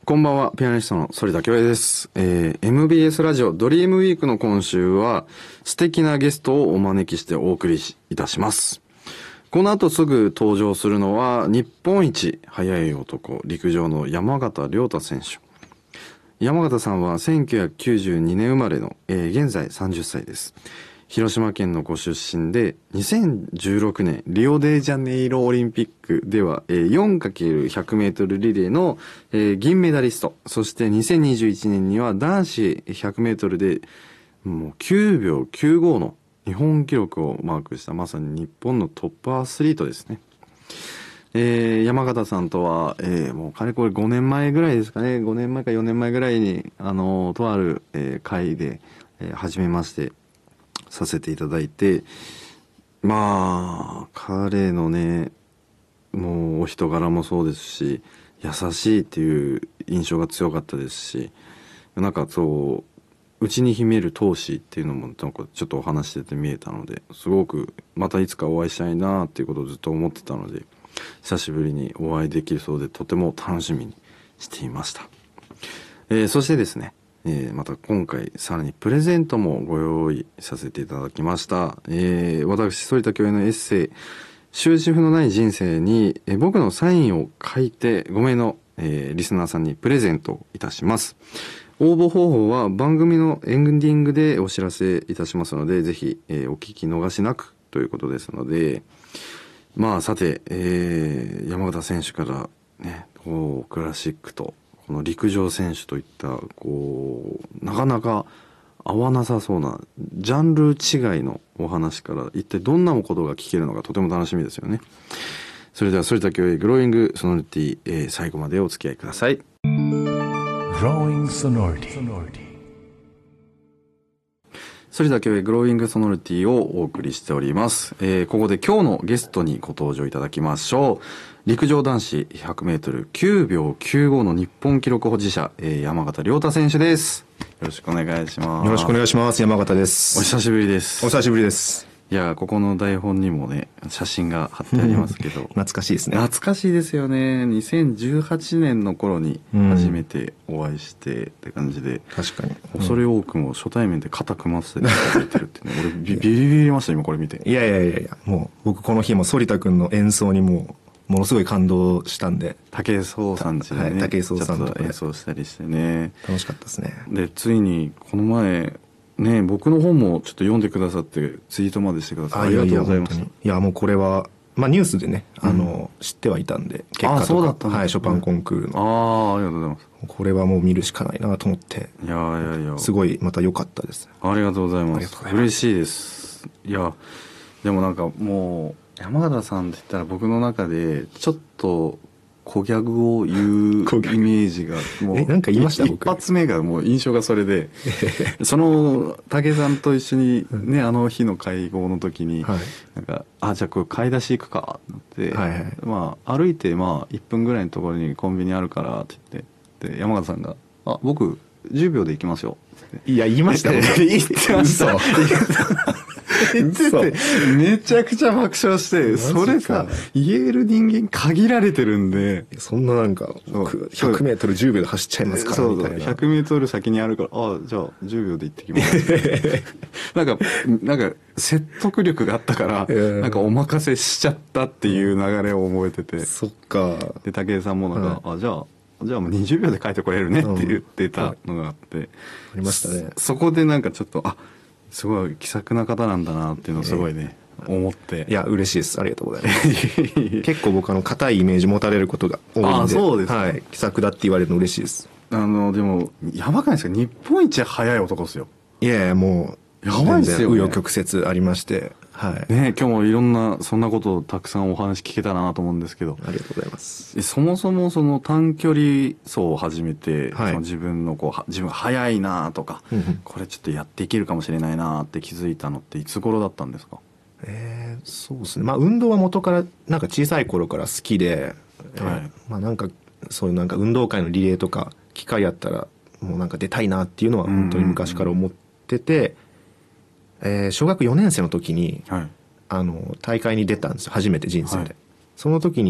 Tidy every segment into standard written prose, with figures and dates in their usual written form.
こんばんは、ピアニストの反田恭平です。MBS ラジオドリームウィークの今週は素敵なゲストをお招きしてお送りいたします。この後すぐ登場するのは日本一速い男、陸上の山縣亮太選手。山縣さんは1992年生まれの、現在30歳です。広島県のご出身で、2016年リオデジャネイロオリンピックでは 4×100 メートルリレーの銀メダリスト。そして2021年には男子100メートルでもう9秒95の日本記録をマークしたまさに日本のトップアスリートですね。山縣さんとは、もうかれこれ5年前ぐらいですかね。5年前か4年前ぐらいに、とある、会で、初めましてさせていただいて、まあ、彼のね、もうお人柄もそうですし、優しいっていう印象が強かったですし、なんかそう、内に秘める闘志っていうのもなんかちょっとお話してて見えたので、すごくまたいつかお会いしたいなっていうことをずっと思ってたので、久しぶりにお会いできるそうでとても楽しみにしていました。そしてですね、また今回さらにプレゼントもご用意させていただきました。私反田恭平のエッセイ終止符のない人生に、僕のサインを書いて5名の、リスナーさんにプレゼントいたします。応募方法は番組のエンディングでお知らせいたしますので、ぜひ、お聞き逃しなくということですので、まあさて、山縣選手からね、こうクラシックとこの陸上選手といったこうなかなか合わなさそうなジャンル違いのお話から一体どんなことが聞けるのかとても楽しみですよね。それでは反田恭平グローイングソノリティ、最後までお付き合いください。Growing Sonority。反田恭平グローイングソノリティをお送りしております。ここで今日のゲストにご登場いただきましょう。陸上男子100メートル9秒95の日本記録保持者、山縣亮太選手です。よろしくお願いします。 よろしくお願いします。山縣です。 お久しぶりです。 お久しぶりです。 いや、ここの台本にもね、写真が貼ってありますけど。 懐かしいですね。 懐かしいですよね。2018年の頃に初めてお会いしてって感じで。 確かに。 恐れ多くも初対面で肩組ませていただいてるってね。俺ビビりました、今これ見て。 いや、もう僕この日も反田君の演奏にものすごい感動したんで。 武井壮さんちでね。 はい、武井壮さんと演奏したりしてね。 楽しかったですね。 で、ついにこの前、ね、僕の本もちょっと読んでくださってツイートまでしてくださってありがとうございます。 いやもうこれはまあニュースでね知ってはいたんで結果とかそうだったんです、 はい、ショパンコンクールのありがとうございます。 これはもう見るしかないなと思って。 いやすごいまた良かったです。 ありがとうございます。嬉しいです。いやでもなんかもう山縣さんって言ったら僕の中でちょっと小ギャグを言うイメージがもうなんか言いました一発目がもう印象がそれでその武井さんと一緒にねあの日の会合の時に、はい、なんかじゃあこれ買い出し行くかってって、はいはい、まあ歩いてまあ1分ぐらいのところにコンビニあるからって言ってで山縣さんが僕10秒で行きますよっていや言いました言ってました言っててめちゃくちゃ爆笑してそれさ言える人間限られてるんでそんななんか100メートル10秒で走っちゃいますからみたいな 100メートル先にあるからじゃあ10秒で行ってきますなんか説得力があったからなんかお任せしちゃったっていう流れを覚えててそっかで武井さんもなんか、じゃあもう20秒で書いてこれるねって言ってたのがあって、 ありましたね。 そこでなんかちょっとすごい気さくな方なんだなっていうのをすごいね、思っていや嬉しいです。ありがとうございます結構僕硬いイメージ持たれることが多いんでそうです、 はい、気さくだって言われるの嬉しいです。 でもやばくないですか日本一速い男ですよ。 いやもうやばいですよね。 紆余曲折ありましてはいね、今日もいろんなそんなことをたくさんお話聞けたらなと思うんですけどありがとうございます。 そもそもその短距離走を始めて、 はい、 その自分が速いなとか、これちょっとやっていけるかもしれないなって気づいたのっていつ頃だったんですか？ そうですね。まあ運動は元からなんか小さい頃から好きで、まあなんかそういうなんか運動会のリレーとか機会あったらもうなんか出たいなっていうのは本当に昔から思ってて、小学4年生の時に、大会に出たんですよ初めて人生で、その時に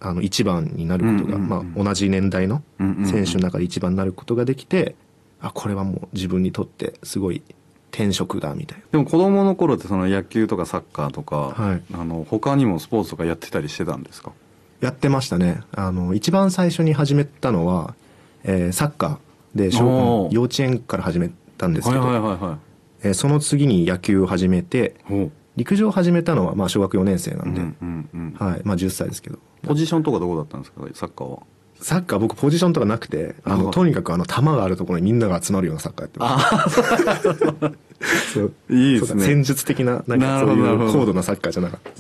一番になることが、まあ、同じ年代の選手の中で一番になることができて、これはもう自分にとってすごい転職だみたいな。 でも子供の頃ってその野球とかサッカーとか、 はい、 他にもスポーツとかやってたりしてたんですか？ やってましたね。一番最初に始めたのは、サッカーで幼稚園から始めたんですけど、その次に野球を始めて、陸上を始めたのはまあ小学4年生なんで、はい、まあ10歳ですけど。 ポジションとかどこだったんですか、サッカーは？ サッカー僕ポジションとかなくて、とにかく球があるところにみんなが集まるようなサッカーやってました。そういいですね。 戦術的な、なんかそういう高度なサッカーじゃなかったです。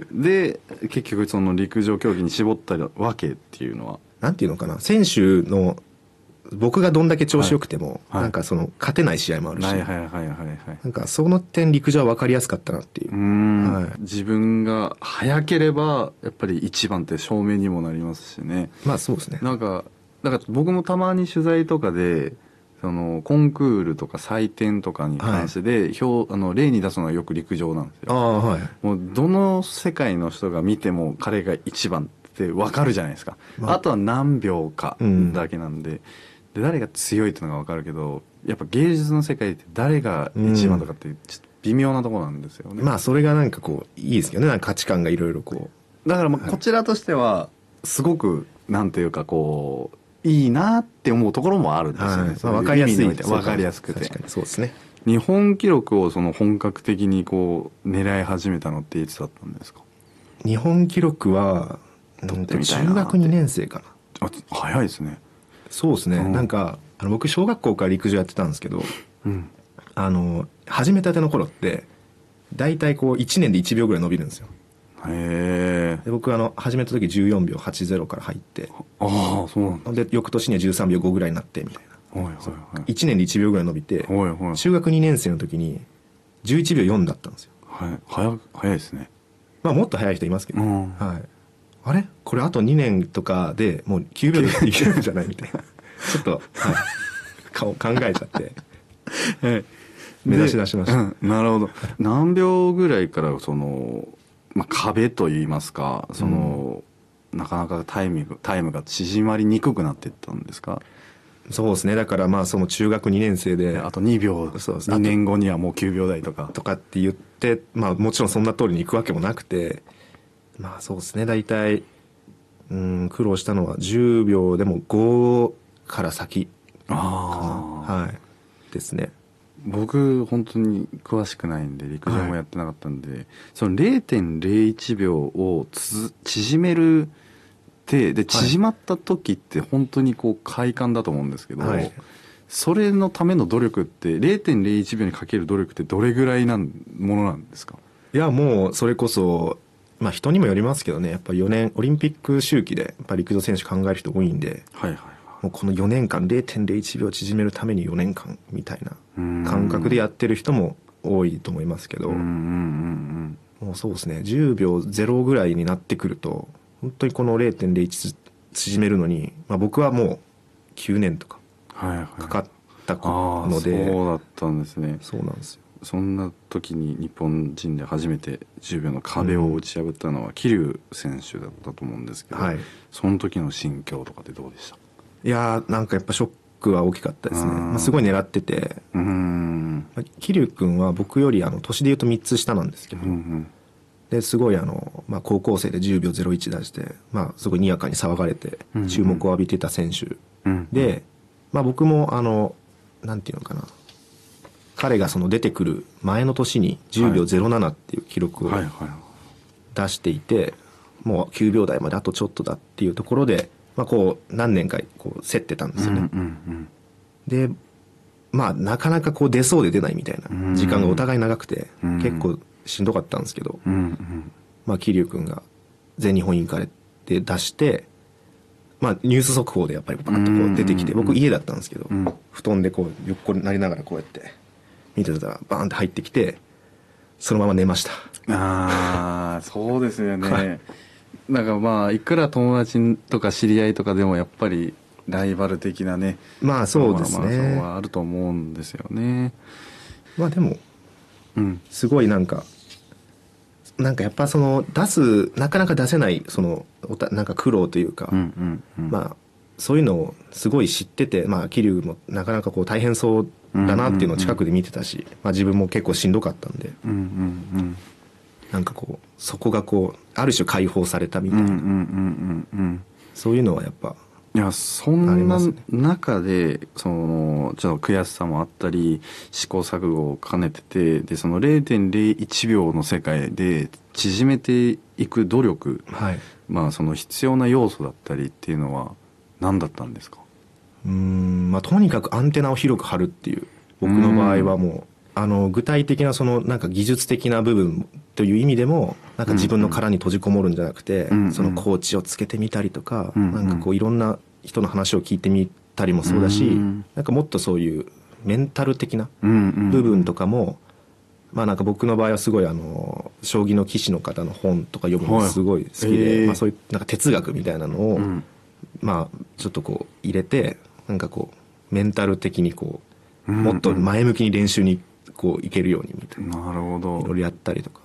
で、結局その陸上競技に絞ったわけっていうのは、 なんていうのかな、選手の、僕がどんだけ調子良くても、 はい、 なんかその勝てない試合もあるし、 なんかその点陸上は分かりやすかったなっていう。 はい、自分が速ければやっぱり一番って証明にもなりますしね。 まあそうですね。 だから僕もたまに取材とかでそのコンクールとか採点とかに関してで、はい、例に出すのはよく陸上なんですよ。 はい、 もうどの世界の人が見ても彼が一番って分かるじゃないですか。あとは何秒かだけなんで。で誰が強いっていうのが分かるけど、やっぱ芸術の世界って誰が一番とかってちょっと微妙なところなんですよね。 まあそれがなんかこういいですけどね、なんか価値観がいろいろこう。だからまあこちらとしてはすごくなんていうかこういいなって思うところもあるんですよね。 まあ、分かりやすい、 分かりやすくて。 確かにそうですね。 日本記録をその本格的にこう狙い始めたのっていつだったんですか？ 日本記録は中学2年生かな。 早いですね。 そうですね、なんか僕小学校から陸上やってたんですけど、始めたての頃って大体こう1年で1秒ぐらい伸びるんですよ。 へえ。 僕始めた時14秒80から入って、 そうなんだ。 で翌年には13秒5ぐらいになってみたいな、1年で1秒ぐらい伸びて、中学2年生の時に11秒4だったんですよ。 早いですね。 まあもっと早い人いますけど、はい、あれこれあと2年とかでもう9秒でいけるんじゃないみたいなちょっと、考えちゃって、目指し出しました。 なるほど。何秒ぐらいからその、壁といいますか、その、なかなかタイムが縮まりにくくなっていったんですか？ そうですね。だからまあその中学2年生であと2秒、2年後にはもう9秒台とかって言って、まあもちろんそんな通りにいくわけもなくて、まあそうですね、大体苦労したのは10秒でも5から先かな。はい。ですね。 僕本当に詳しくないんで陸上もやってなかったんで、その 0.01 秒を縮めるってで縮まった時って本当にこう快感だと思うんですけど、それのための努力って 0.01 秒にかける努力ってどれぐらいなものなんですか？ いやもうそれこそまあ人にもよりますけどね、やっぱ4年オリンピック周期でやっぱ陸上選手考える人多いんで、もうこの4年間 0.01 秒縮めるために4年間みたいな感覚でやってる人も多いと思いますけど、もうそうですね、10秒0ぐらいになってくると本当にこの 0.01 縮めるのに、まあ、僕はもう9年とかかかったので、 そうだったんですね。 そうなんですよ。 そんな時に日本人で初めて10秒の壁を打ち破ったのは桐生選手だったと思うんですけど、その時の心境とかってどうでした？ いやーなんかやっぱショックは大きかったですね。まあ、すごい狙ってて、桐生君は僕より年でいうと3つ下なんですけど、ですごいまあ、高校生で10秒01出して、まあ、すごいにやかに騒がれて注目を浴びてた選手で、まあ、僕もなんていうのかな、彼がその出てくる前の年に10秒07っていう記録を出していて、もう9秒台まであとちょっとだっていうところで、まあ、こう何年かこう競ってたんですよね。でまあなかなかこう出そうで出ないみたいな時間がお互い長くて結構しんどかったんですけど、まあ桐生君が全日本インカレで出して、まあニュース速報でやっぱりバーッとこう出てきて、僕家だったんですけど、布団でこう横になりながらこうやって見てたらバーンって入ってきて、そのまま寝ました。 そうですよね。なんかまあいくら友達とか知り合いとかでもやっぱりライバル的なね、 まあそうですね、 そうはあると思うんですよね。 まあでも、すごいなんかなんかやっぱそのなかなか出せないなんか苦労というか、まあそういうのをすごい知ってて、まあ桐生もなかなかこう大変そうだなっていうのを近くで見てたし、まあ自分も結構しんどかったんで、なんかこうそこがこうある種解放されたみたいな、そういうのはやっぱ。 いや、そんな中で、ちょっと悔しさもあったり、試行錯誤を兼ねてて、で、その 0.01 秒の世界で縮めていく努力、 はい、 まあその必要な要素だったりっていうのは何だったんですか？ まあとにかくアンテナを広く張るっていう、僕の場合はもう、具体的なそのなんか技術的な部分という意味でも、なんか自分の殻に閉じこもるんじゃなくて、そのコーチをつけてみたりとか、なんかこういろんな人の話を聞いてみたりもそうだし、なんかもっとそういうメンタル的な部分とかも、まあなんか僕の場合はすごい将棋の棋士の方の本とか読むのがすごい好きで、まあそういうなんか哲学みたいなのを、まあちょっとこう入れて、なんかこうメンタル的にこうもっと前向きに練習にこういけるようにみたいな、 なるほど。 いろいろやったりとか。